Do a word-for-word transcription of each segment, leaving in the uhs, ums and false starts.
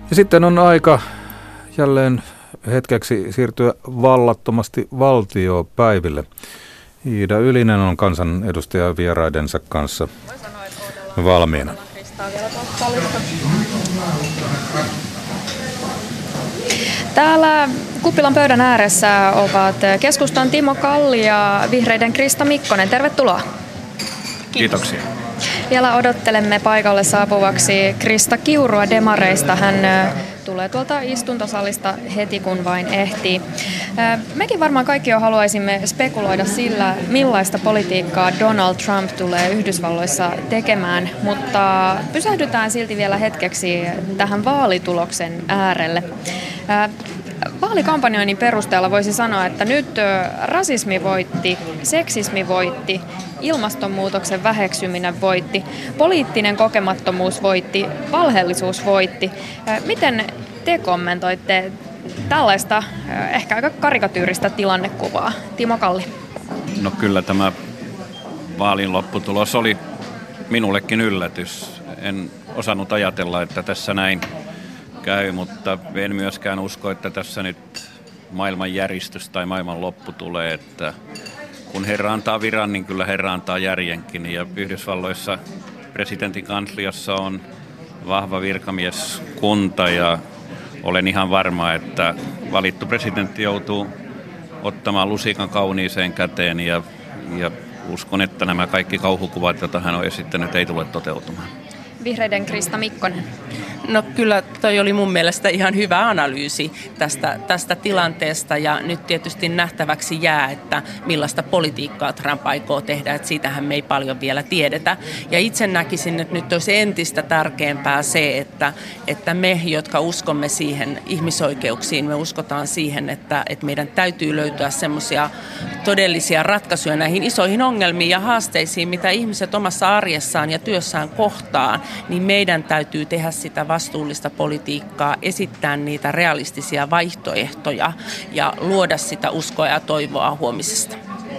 Ja sitten on aika jälleen hetkeksi siirtyä vallattomasti valtiopäiville. Iida Ylinen on kansanedustaja vieraidensa kanssa valmiina. Täällä kuppilan pöydän ääressä ovat keskustan Timo Kalli ja vihreiden Krista Mikkonen. Tervetuloa. Kiitoksia. Vielä odottelemme paikalle saapuvaksi Krista Kiurua demareista. Hän tulee tuolta istuntosalista heti kun vain ehtii. Mekin varmaan kaikki jo haluaisimme spekuloida sillä, millaista politiikkaa Donald Trump tulee Yhdysvalloissa tekemään, mutta pysähdytään silti vielä hetkeksi tähän vaalituloksen äärelle. Vaalikampanjoinnin perusteella voisi sanoa, että nyt rasismi voitti, seksismi voitti, ilmastonmuutoksen väheksyminen voitti, poliittinen kokemattomuus voitti, valheellisuus voitti. Miten te kommentoitte tällaista ehkä aika karikatyyristä tilannekuvaa? Timo Kalli. No kyllä tämä vaalin lopputulos oli minullekin yllätys. En osannut ajatella, että tässä näin käy, mutta en myöskään usko, että tässä nyt maailman järjestys tai maailman loppu tulee, että kun Herra antaa viran, niin kyllä Herra antaa järjenkin. Ja Yhdysvalloissa presidentin kansliassa on vahva virkamieskunta ja olen ihan varma, että valittu presidentti joutuu ottamaan lusikan kauniiseen käteen ja, ja uskon, että nämä kaikki kauhukuvat, joita hän on esittänyt, ei tule toteutumaan. Vihreiden Krista Mikkonen. No kyllä toi oli mun mielestä ihan hyvä analyysi tästä, tästä tilanteesta ja nyt tietysti nähtäväksi jää, että millaista politiikkaa Trump aikoo tehdä, että siitähän me ei paljon vielä tiedetä. Ja itse näkisin, että nyt olisi entistä tärkeämpää se, että, että me, jotka uskomme siihen ihmisoikeuksiin, me uskotaan siihen, että, että meidän täytyy löytyä semmoisia todellisia ratkaisuja näihin isoihin ongelmiin ja haasteisiin, mitä ihmiset omassa arjessaan ja työssään kohtaan, niin meidän täytyy tehdä sitä vastuullista politiikkaa, esittää niitä realistisia vaihtoehtoja ja luoda sitä uskoa ja toivoa huomisesta.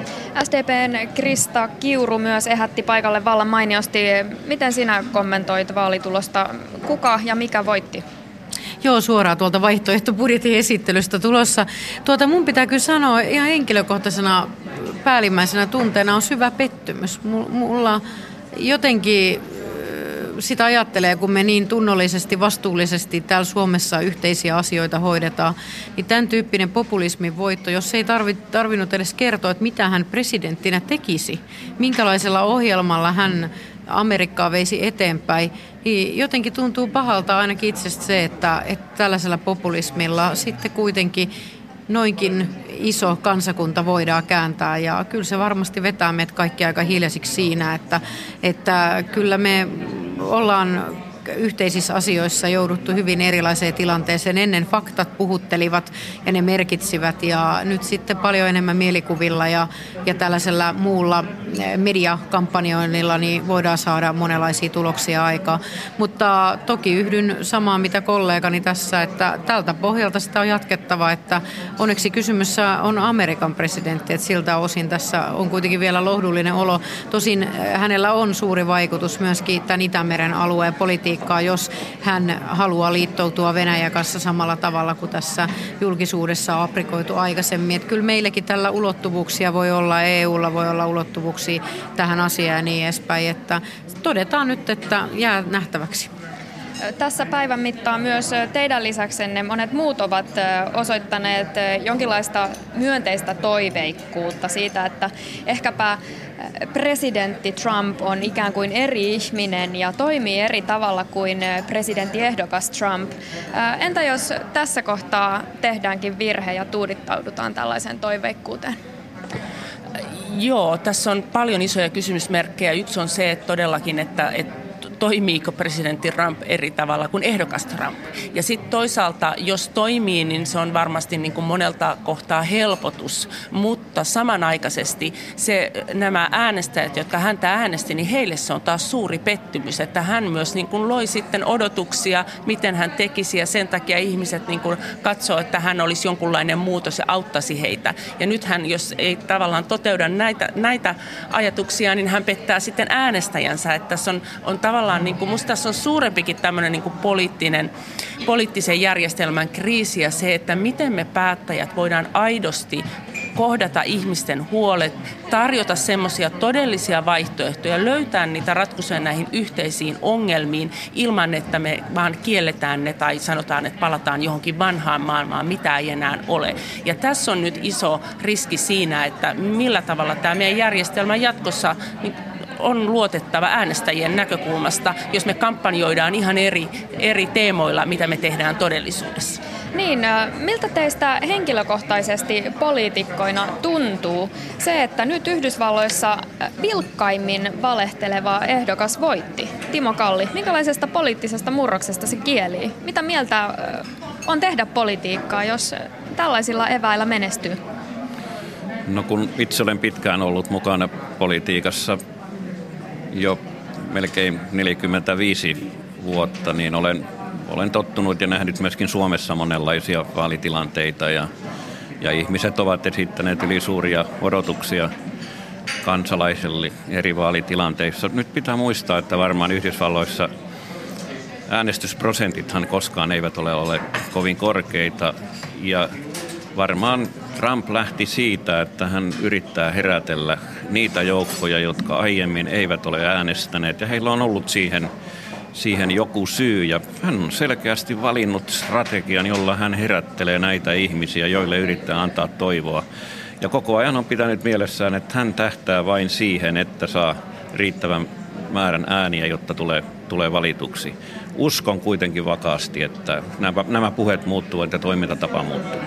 S D P:n Krista Kiuru myös ehätti paikalle vallan mainiosti. Miten sinä kommentoit vaalitulosta? Kuka ja mikä voitti? Joo, suoraan tuolta vaihtoehtobudjetin esittelystä tulossa. Tuota mun pitää kyllä sanoa ihan henkilökohtaisena päällimmäisenä tunteena on syvä pettymys. Mulla jotenkin sitä ajattelee, kun me niin tunnollisesti, vastuullisesti täällä Suomessa yhteisiä asioita hoidetaan, niin tämän tyyppinen populismin voitto, jos ei tarvi, tarvinnut edes kertoa, että mitä hän presidenttinä tekisi, minkälaisella ohjelmalla hän Amerikkaa veisi eteenpäin, niin jotenkin tuntuu pahalta ainakin itsestä se, että, että tällaisella populismilla sitten kuitenkin noinkin iso kansakunta voidaan kääntää ja kyllä se varmasti vetää meidät kaikki aika hiljaisiksi siinä, että, että kyllä me ollaan yhteisissä asioissa jouduttu hyvin erilaiseen tilanteeseen. Ennen faktat puhuttelivat ja ne merkitsivät ja nyt sitten paljon enemmän mielikuvilla ja, ja tällaisella muulla mediakampanjoinnilla niin voidaan saada monenlaisia tuloksia aikaan. Mutta toki yhdyn samaan mitä kollegani tässä, että tältä pohjalta sitä on jatkettava, että onneksi kysymys on Amerikan presidentti, että siltä osin tässä on kuitenkin vielä lohdullinen olo. Tosin hänellä on suuri vaikutus myöskin tämän Itämeren alueen politiikkaan, jos hän haluaa liittoutua Venäjän kanssa samalla tavalla kuin tässä julkisuudessa on aprikoitu aikaisemmin. Että kyllä meilläkin tällä ulottuvuuksia voi olla, E U:lla voi olla ulottuvuuksia tähän asiaan ja niin edespäin. Että todetaan nyt, että jää nähtäväksi. Tässä päivän mittaan myös teidän lisäksenne monet muut ovat osoittaneet jonkinlaista myönteistä toiveikkuutta siitä, että ehkäpä presidentti Trump on ikään kuin eri ihminen ja toimii eri tavalla kuin presidenttiehdokas Trump. Entä jos tässä kohtaa tehdäänkin virhe ja tuudittaudutaan tällaiseen toiveikkuuteen? Joo, tässä on paljon isoja kysymysmerkkejä. Yksi on se, että todellakin, että, että toimiiko presidentti Trump eri tavalla kuin ehdokas Trump. Ja sitten toisaalta, jos toimii, niin se on varmasti niin kuin monelta kohtaa helpotus, mutta samanaikaisesti se, nämä äänestäjät, jotka häntä äänesti, niin heille se on taas suuri pettymys, että hän myös niin kuin loi sitten odotuksia, miten hän tekisi ja sen takia ihmiset niin kuin katsoo, että hän olisi jonkunlainen muutos ja auttaisi heitä. Ja nyt hän, jos ei tavallaan toteuda näitä, näitä ajatuksia, niin hän pettää sitten äänestäjänsä, että tässä on, on tavallaan tavallaan, niin kuin, musta tässä on suurempikin tämmöinen niin kuin poliittinen, poliittisen järjestelmän kriisi ja se, että miten me päättäjät voidaan aidosti kohdata ihmisten huolet, tarjota semmoisia todellisia vaihtoehtoja, löytää niitä ratkaisuja näihin yhteisiin ongelmiin ilman, että me vaan kielletään ne tai sanotaan, että palataan johonkin vanhaan maailmaan, mitä ei enää ole. Ja tässä on nyt iso riski siinä, että millä tavalla tämä meidän järjestelmä jatkossa niin on luotettava äänestäjien näkökulmasta, jos me kampanjoidaan ihan eri, eri teemoilla, mitä me tehdään todellisuudessa. Niin, miltä teistä henkilökohtaisesti poliitikkoina tuntuu se, että nyt Yhdysvalloissa vilkkaimmin valehteleva ehdokas voitti, Timo Kalli? Minkälaisesta poliittisesta murroksesta se kielii? Mitä mieltä on tehdä politiikkaa, jos tällaisilla eväillä menestyy? No kun itse olen pitkään ollut mukana politiikassa jo melkein neljäkymmentäviisi vuotta, niin olen Olen tottunut ja nähnyt myöskin Suomessa monenlaisia vaalitilanteita ja, ja ihmiset ovat esittäneet yli suuria odotuksia kansalaisille eri vaalitilanteissa. Nyt pitää muistaa, että varmaan Yhdysvalloissa äänestysprosentithan koskaan eivät ole olleet kovin korkeita ja varmaan Trump lähti siitä, että hän yrittää herätellä niitä joukkoja, jotka aiemmin eivät ole äänestäneet ja heillä on ollut siihen siihen joku syy ja hän on selkeästi valinnut strategian, jolla hän herättelee näitä ihmisiä, joille yrittää antaa toivoa. Ja koko ajan on pitänyt mielessään, että hän tähtää vain siihen, että saa riittävän määrän ääniä, jotta tulee, tulee valituksi. Uskon kuitenkin vakaasti, että nämä, nämä puheet muuttuvat ja toimintatapa muuttuu.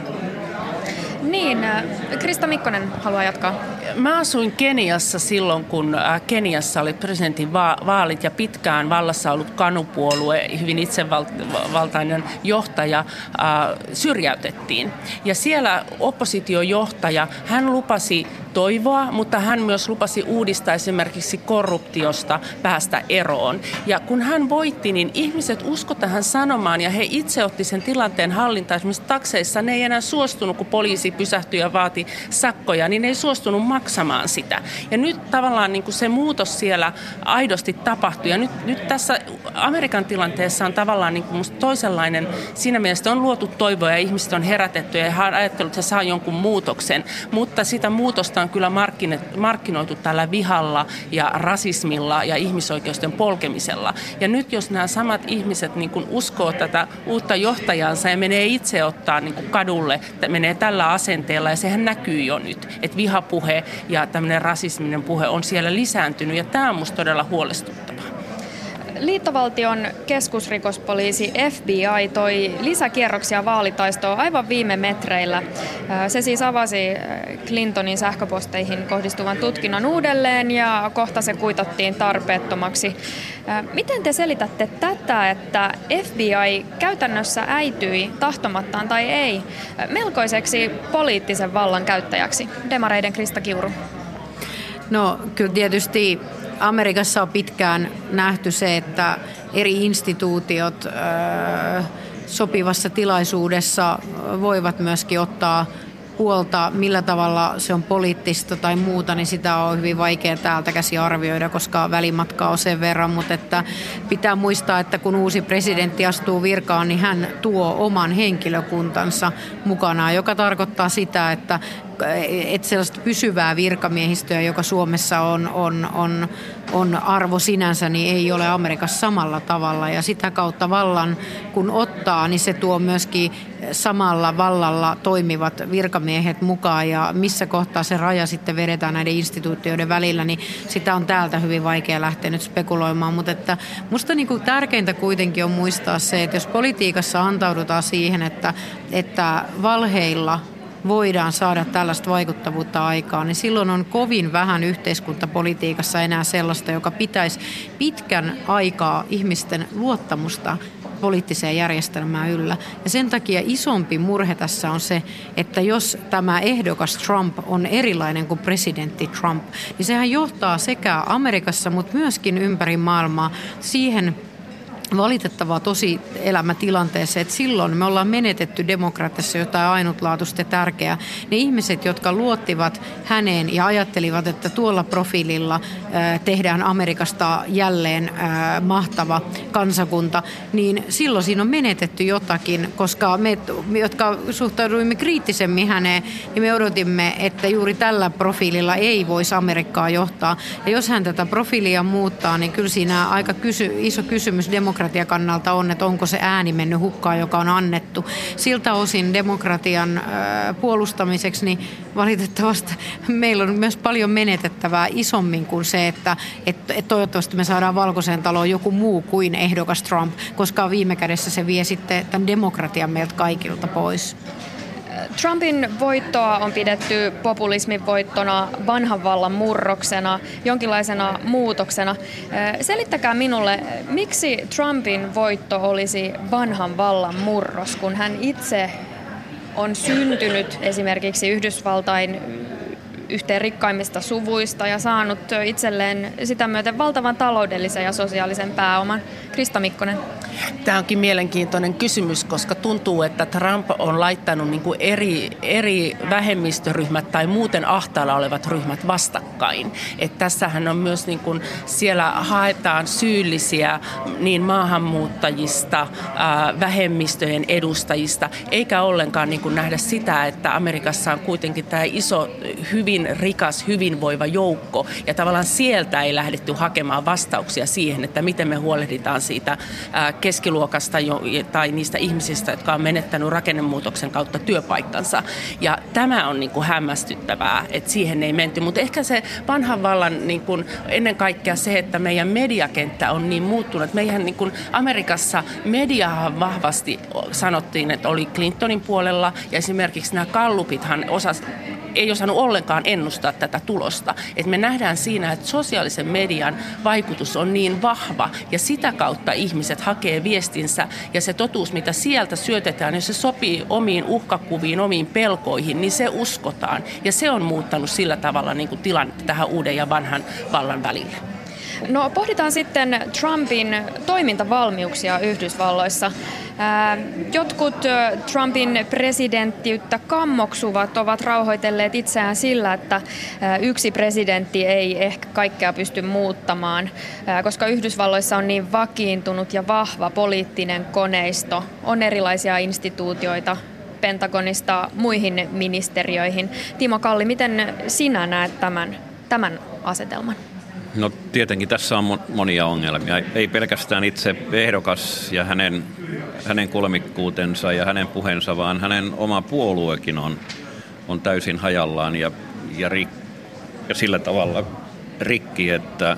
Niin, Krista Mikkonen haluaa jatkaa. Mä asuin Keniassa silloin, kun Keniassa oli presidentin vaalit ja pitkään vallassa ollut Kanu-puolue, hyvin itsevaltainen johtaja, syrjäytettiin. Ja siellä oppositiojohtaja, hän lupasi toivoa, mutta hän myös lupasi uudistaa esimerkiksi korruptiosta päästä eroon. Ja kun hän voitti, niin ihmiset usko tähän sanomaan ja he itse otti sen tilanteen hallintaan. Esimerkiksi takseissa ne ei enää suostunut, kun poliisi pysähtyi ja vaati sakkoja, niin ne ei suostunut maksamaan sitä. Ja nyt tavallaan niin kuin se muutos siellä aidosti tapahtui. Ja nyt, nyt tässä Amerikan tilanteessa on tavallaan niin kuin musta toisenlainen. Siinä mielessä on luotu toivoa ja ihmiset on herätetty ja he on ajatellut, että se saa jonkun muutoksen. Mutta sitä muutosta on kyllä markkinoitu tällä vihalla ja rasismilla ja ihmisoikeusten polkemisella. Ja nyt jos nämä samat ihmiset niin kuin uskoo tätä uutta johtajansa ja menee itse ottaa niin kuin kadulle, menee tällä asenteella ja sehän näkyy jo nyt, että vihapuhe ja tämmöinen rasisminen puhe on siellä lisääntynyt ja tämä on musta todella huolestuttavaa. Liittovaltion keskusrikospoliisi F B I toi lisäkierroksia vaalitaistoon aivan viime metreillä. Se siis avasi Clintonin sähköposteihin kohdistuvan tutkinnon uudelleen ja kohta se kuitattiin tarpeettomaksi. Miten te selitätte tätä, että F B I käytännössä äityi tahtomattaan tai ei melkoiseksi poliittisen vallan käyttäjäksi? Demareiden Krista Kiuru. No kyllä tietysti Amerikassa on pitkään nähty se, että eri instituutiot ö, sopivassa tilaisuudessa voivat myöskin ottaa huolta, millä tavalla se on poliittista tai muuta, niin sitä on hyvin vaikea täältä käsin arvioida, koska välimatka on sen verran, mutta että pitää muistaa, että kun uusi presidentti astuu virkaan, niin hän tuo oman henkilökuntansa mukanaan, joka tarkoittaa sitä, että että sellaista pysyvää virkamiehistöä, joka Suomessa on, on, on, on arvo sinänsä, niin ei ole Amerikassa samalla tavalla. Ja sitä kautta vallan, kun ottaa, niin se tuo myöskin samalla vallalla toimivat virkamiehet mukaan. Ja missä kohtaa se raja sitten vedetään näiden instituutioiden välillä, niin sitä on täältä hyvin vaikea lähteä nyt spekuloimaan. Mutta että musta niin kuin tärkeintä kuitenkin on muistaa se, että jos politiikassa antaudutaan siihen, että, että valheilla voidaan saada tällaista vaikuttavuutta aikaan, niin silloin on kovin vähän yhteiskuntapolitiikassa enää sellaista, joka pitäisi pitkän aikaa ihmisten luottamusta poliittiseen järjestelmään yllä. Ja sen takia isompi murhe tässä on se, että jos tämä ehdokas Trump on erilainen kuin presidentti Trump, niin sehän johtaa sekä Amerikassa, mutta myöskin ympäri maailmaa siihen valitettavaa tosi elämätilanteeseen, että silloin me ollaan menetetty demokratiassa jotain ainutlaatuista ja tärkeää. Ne ihmiset, jotka luottivat häneen ja ajattelivat, että tuolla profiililla tehdään Amerikasta jälleen mahtava kansakunta, niin silloin siinä on menetetty jotakin, koska me, jotka suhtauduimme kriittisemmin häneen, niin me odotimme, että juuri tällä profiililla ei voisi Amerikkaa johtaa. Ja jos hän tätä profiilia muuttaa, niin kyllä siinä aika kysy, iso kysymys demokratian kannalta on, että onko se ääni mennyt hukkaan, joka on annettu. Siltä osin demokratian puolustamiseksi, niin valitettavasti meillä on myös paljon menetettävää isommin kuin se, että, että, että toivottavasti me saadaan Valkoiseen taloon joku muu kuin ehdokas Trump, koska viime kädessä se vie sitten tämän demokratian meiltä kaikilta pois. Trumpin voittoa on pidetty populismin voittona, vanhan vallan murroksena, jonkinlaisena muutoksena. Selittäkää minulle, miksi Trumpin voitto olisi vanhan vallan murros, kun hän itse on syntynyt esimerkiksi Yhdysvaltain yhteen rikkaimmista suvuista ja saanut itselleen sitä myöten valtavan taloudellisen ja sosiaalisen pääoman. Krista Mikkonen. Tämä onkin mielenkiintoinen kysymys, koska tuntuu, että Trump on laittanut niin kuin eri, eri vähemmistöryhmät tai muuten ahtaalla olevat ryhmät vastakkain. Että tässähän on myös niin kuin, siellä haetaan syyllisiä niin maahanmuuttajista, ää, vähemmistöjen edustajista, eikä ollenkaan niin kuin nähdä sitä, että Amerikassa on kuitenkin tämä iso, hyvin rikas, hyvinvoiva joukko. Ja tavallaan sieltä ei lähdetty hakemaan vastauksia siihen, että miten me huolehditaan siitä ää, keskiluokasta jo, tai niistä ihmisistä, jotka on menettänyt rakennemuutoksen kautta työpaikkansa. Ja tämä on niin kuin hämmästyttävää, että siihen ei menty. Mutta ehkä se vanhan vallan niin kuin, ennen kaikkea se, että meidän mediakenttä on niin muuttunut. Meidän niin kuin Amerikassa mediahan vahvasti sanottiin, että oli Clintonin puolella ja esimerkiksi nämä gallupithan osas ei osannut ollenkaan ennustaa tätä tulosta. Et me nähdään siinä, että sosiaalisen median vaikutus on niin vahva ja sitä kautta ihmiset hakee viestinsä ja se totuus, mitä sieltä syötetään, jos se sopii omiin uhkakuviin, omiin pelkoihin, niin se uskotaan. Ja se on muuttanut sillä tavalla niin kuin tilannetta tähän uuden ja vanhan vallan välille. No pohditaan sitten Trumpin toimintavalmiuksia Yhdysvalloissa. Jotkut Trumpin presidenttiyttä kammoksuvat ovat rauhoitelleet itseään sillä, että yksi presidentti ei ehkä kaikkea pysty muuttamaan, koska Yhdysvalloissa on niin vakiintunut ja vahva poliittinen koneisto. On erilaisia instituutioita Pentagonista muihin ministeriöihin. Timo Kalli, miten sinä näet tämän, tämän asetelman? No tietenkin tässä on monia ongelmia. Ei pelkästään itse ehdokas ja hänen, hänen kolmikkuutensa ja hänen puheensa, vaan hänen oma puoluekin on, on täysin hajallaan ja, ja, rik, ja sillä tavalla rikki, että,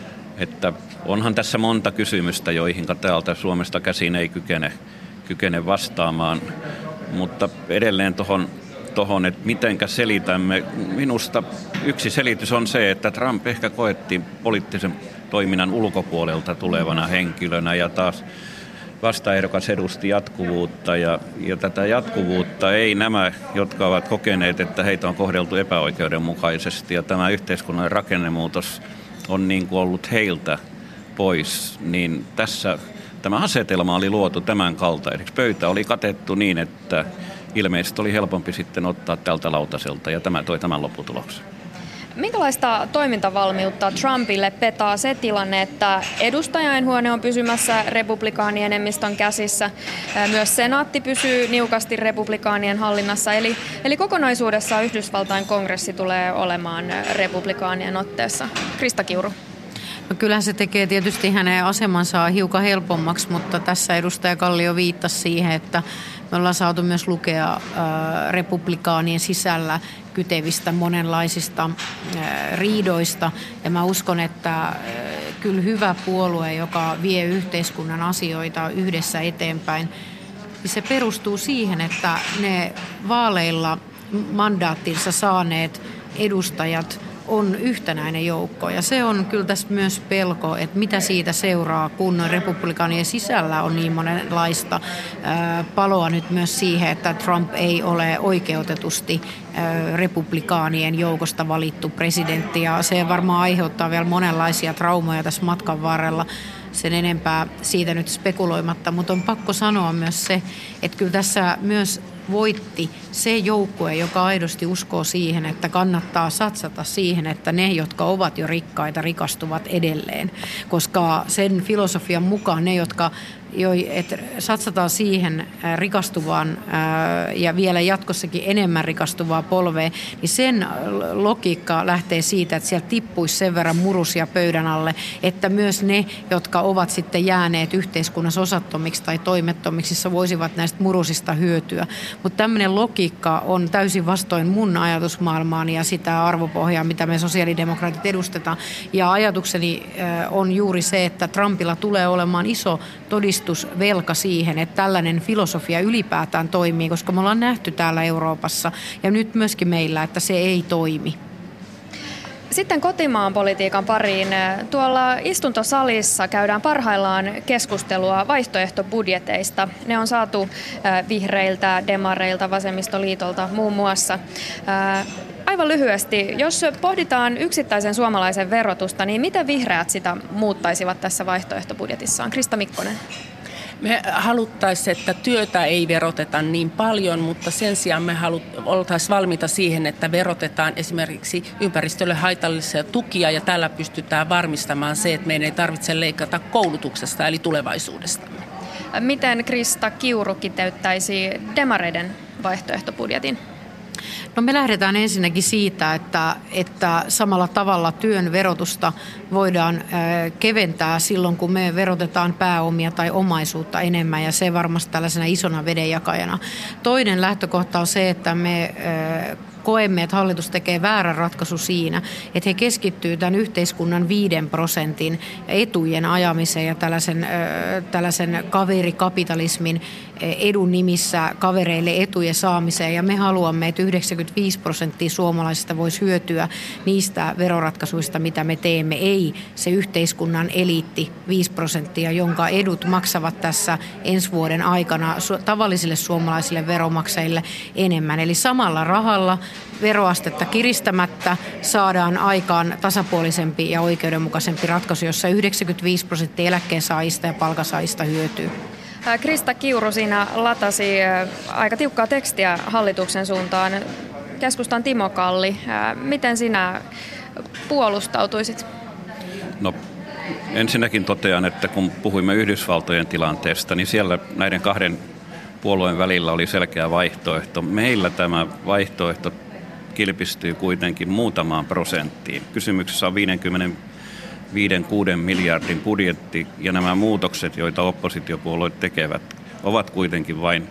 että onhan tässä monta kysymystä, joihin täältä Suomesta käsin ei kykene, kykene vastaamaan, mutta edelleen tuohon Tohon, että mitenkä selitämme. Minusta yksi selitys on se, että Trump ehkä koettiin poliittisen toiminnan ulkopuolelta tulevana henkilönä ja taas vastaehdokas edusti jatkuvuutta ja, ja tätä jatkuvuutta ei nämä, jotka ovat kokeneet, että heitä on kohdeltu epäoikeudenmukaisesti ja tämä yhteiskunnan rakennemuutos on niin kuin ollut heiltä pois, niin tässä tämä asetelma oli luotu tämän kaltaiseksi. Pöytä oli katettu niin, että ilmeisesti oli helpompi sitten ottaa tältä lautaselta ja tämä toi tämän lopputuloksen. Minkälaista toimintavalmiutta Trumpille petaa se tilanne, että edustajainhuone on pysymässä republikaanienemmistön käsissä, myös senaatti pysyy niukasti republikaanien hallinnassa, eli, eli kokonaisuudessaan Yhdysvaltain kongressi tulee olemaan republikaanien otteessa. Krista Kiuru. No kyllähän se tekee tietysti hänen asemansa hiukan helpommaksi, mutta tässä edustaja Kallio viittasi siihen, että me ollaan saatu myös lukea äh, republikaanien sisällä kytevistä monenlaisista äh, riidoista. Ja mä uskon, että äh, kyllä hyvä puolue, joka vie yhteiskunnan asioita yhdessä eteenpäin, niin se perustuu siihen, että ne vaaleilla mandaattinsa saaneet edustajat on yhtenäinen joukko ja se on kyllä tässä myös pelko, että mitä siitä seuraa, kun republikaanien sisällä on niin monenlaista ää, paloa nyt myös siihen, että Trump ei ole oikeutetusti ää, republikaanien joukosta valittu presidentti ja se varmaan aiheuttaa vielä monenlaisia traumoja tässä matkan varrella. Sen enempää siitä nyt spekuloimatta, mutta on pakko sanoa myös se, että kyllä tässä myös voitti se joukkue, joka aidosti uskoo siihen, että kannattaa satsata siihen, että ne, jotka ovat jo rikkaita, rikastuvat edelleen. Koska sen filosofian mukaan ne, jotka jo, että satsataan siihen rikastuvaan ja vielä jatkossakin enemmän rikastuvaa polvea, niin sen logiikka lähtee siitä, että sieltä tippuisi sen verran murusia pöydän alle, että myös ne, jotka ovat sitten jääneet yhteiskunnassa osattomiksi tai toimettomiksi, voisivat näistä murusista hyötyä. Mutta tämmöinen logiikka on täysin vastoin mun ajatusmaailmaani ja sitä arvopohjaa, mitä me sosiaalidemokraatit edustetaan. Ja ajatukseni on juuri se, että Trumpilla tulee olemaan iso todistusvelka siihen, että tällainen filosofia ylipäätään toimii, koska me ollaan nähty täällä Euroopassa ja nyt myöskin meillä, että se ei toimi. Sitten kotimaan politiikan pariin. Tuolla istuntosalissa käydään parhaillaan keskustelua vaihtoehtobudjeteista. Ne on saatu vihreiltä, demareilta, vasemmistoliitolta muun muassa. Aivan lyhyesti, jos pohditaan yksittäisen suomalaisen verotusta, niin miten vihreät sitä muuttaisivat tässä vaihtoehtobudjetissaan? Krista Mikkonen. Me haluttaisiin, että työtä ei veroteta niin paljon, mutta sen sijaan me halut, oltaisiin valmiita siihen, että verotetaan esimerkiksi ympäristölle haitallisia tukia ja tällä pystytään varmistamaan se, että meidän ei tarvitse leikata koulutuksesta eli tulevaisuudesta. Miten Krista Kiuru kiteyttäisi demareiden vaihtoehtobudjetin? No me lähdetään ensinnäkin siitä, että, että samalla tavalla työn verotusta voidaan keventää silloin, kun me verotetaan pääomia tai omaisuutta enemmän, ja se varmasti tällaisena isona vedenjakajana. Toinen lähtökohta on se, että me koemme, että hallitus tekee väärän ratkaisu siinä, että he keskittyy tämän yhteiskunnan viiden prosentin etujen ajamiseen ja tällaisen, tällaisen kaverikapitalismin edun nimissä kavereille etujen saamiseen. Ja me haluamme, että yhdeksänkymmentäviisi prosenttia suomalaisista voisi hyötyä niistä veroratkaisuista, mitä me teemme. Ei se yhteiskunnan eliitti viisi prosenttia, jonka edut maksavat tässä ensi vuoden aikana tavallisille suomalaisille veromaksajille enemmän. Eli samalla rahalla veroastetta kiristämättä saadaan aikaan tasapuolisempi ja oikeudenmukaisempi ratkaisu, jossa yhdeksänkymmentäviisi prosenttia eläkkeensaajista ja palkansaajista hyötyy. Krista Kiuru siinä latasi aika tiukkaa tekstiä hallituksen suuntaan. Keskustan Timo Kalli, miten sinä puolustautuisit? No ensinnäkin totean, että kun puhuimme Yhdysvaltojen tilanteesta, niin siellä näiden kahden puolueen välillä oli selkeä vaihtoehto. Meillä tämä vaihtoehto kilpistyy kuitenkin muutamaan prosenttiin. Kysymyksessä on viisikymmentäviisi kuusi miljardin budjetti, ja nämä muutokset, joita oppositiopuolueet tekevät, ovat kuitenkin vain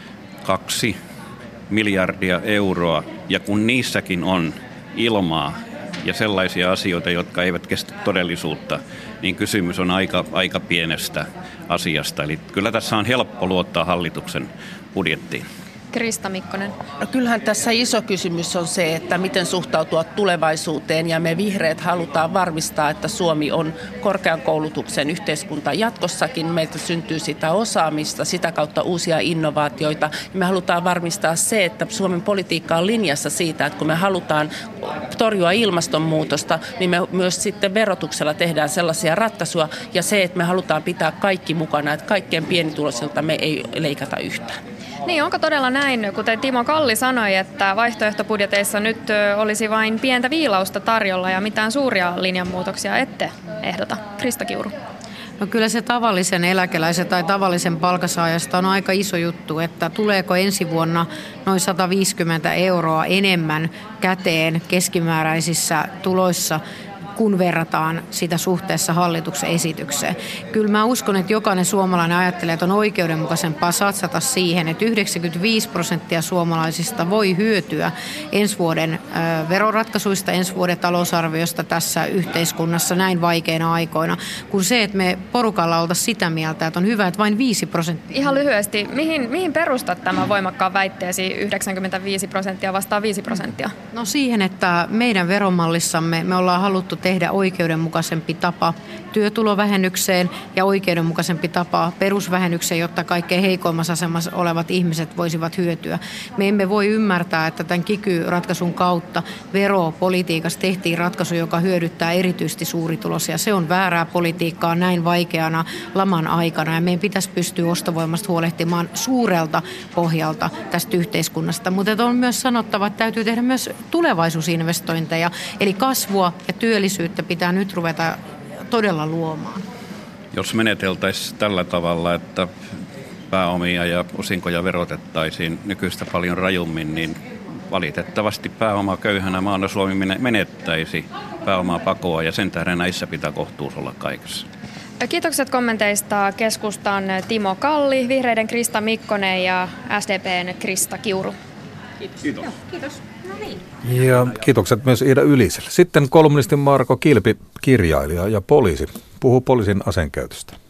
kaksi miljardia euroa. Ja kun niissäkin on ilmaa ja sellaisia asioita, jotka eivät kestä todellisuutta, niin kysymys on aika, aika pienestä asiasta. Eli kyllä tässä on helppo luottaa hallituksen budjettiin. Krista Mikkonen. No kyllähän tässä iso kysymys on se, että miten suhtautua tulevaisuuteen, ja me vihreät halutaan varmistaa, että Suomi on korkean koulutuksen yhteiskunta jatkossakin. Meiltä syntyy sitä osaamista, sitä kautta uusia innovaatioita. Me halutaan varmistaa se, että Suomen politiikka on linjassa siitä, että kun me halutaan torjua ilmastonmuutosta, niin me myös sitten verotuksella tehdään sellaisia ratkaisuja, ja se, että me halutaan pitää kaikki mukana, että kaikkein pienituloisilta me ei leikata yhtään. Niin, onko todella näin, kuten Timo Kalli sanoi, että vaihtoehtobudjeteissa nyt olisi vain pientä viilausta tarjolla ja mitään suuria linjanmuutoksia ette ehdota? Krista Kiuru. No kyllä se tavallisen eläkeläisen tai tavallisen palkansaajasta on aika iso juttu, että tuleeko ensi vuonna noin sata viisikymmentä euroa enemmän käteen keskimääräisissä tuloissa, kun verrataan sitä suhteessa hallituksen esitykseen. Kyllä mä uskon, että jokainen suomalainen ajattelee, että on oikeudenmukaisempaa satsata siihen, että yhdeksänkymmentäviisi prosenttia suomalaisista voi hyötyä ensi vuoden veroratkaisuista, ensi vuoden talousarviosta tässä yhteiskunnassa näin vaikeina aikoina, kuin se, että me porukalla oltaisiin sitä mieltä, että on hyvä, että vain viisi prosenttia. Ihan lyhyesti, mihin, mihin perustat tämän voimakkaan väitteesi yhdeksänkymmentäviisi prosenttia vastaan viisi prosenttia? No siihen, että meidän veromallissamme me ollaan haluttu tehdä oikeudenmukaisempi tapa työtulovähennykseen ja oikeudenmukaisempi tapa perusvähennykseen, jotta kaikkein heikoimmassa asemassa olevat ihmiset voisivat hyötyä. Me emme voi ymmärtää, että tämän kiky-ratkaisun kautta veropolitiikassa tehtiin ratkaisu, joka hyödyttää erityisesti suurituloisia. Se on väärää politiikkaa näin vaikeana laman aikana ja meidän pitäisi pystyä ostovoimasta huolehtimaan suurelta pohjalta tästä yhteiskunnasta. Mutta on myös sanottava, että täytyy tehdä myös tulevaisuusinvestointeja, eli kasvua ja työllisyyttä pitää nyt ruveta todella luomaan. Jos meneteltäisiin tällä tavalla, että pääomia ja osinkoja verotettaisiin nykyistä paljon rajummin, niin valitettavasti pääoma köyhänä maana Suomi menettäisi pääomaa pakoa ja sen tähden näissä pitää kohtuus olla kaikessa. Kiitokset kommenteista keskustan Timo Kalli, vihreiden Krista Mikkonen ja S D P:n Krista Kiuru. Kiitos. Kiitos. Kiitos. No niin. Ja kiitokset myös Iida Yliselle. Sitten kolumnisti Marko Kilpi, kirjailija ja poliisi, puhuu poliisin aseenkäytöstä.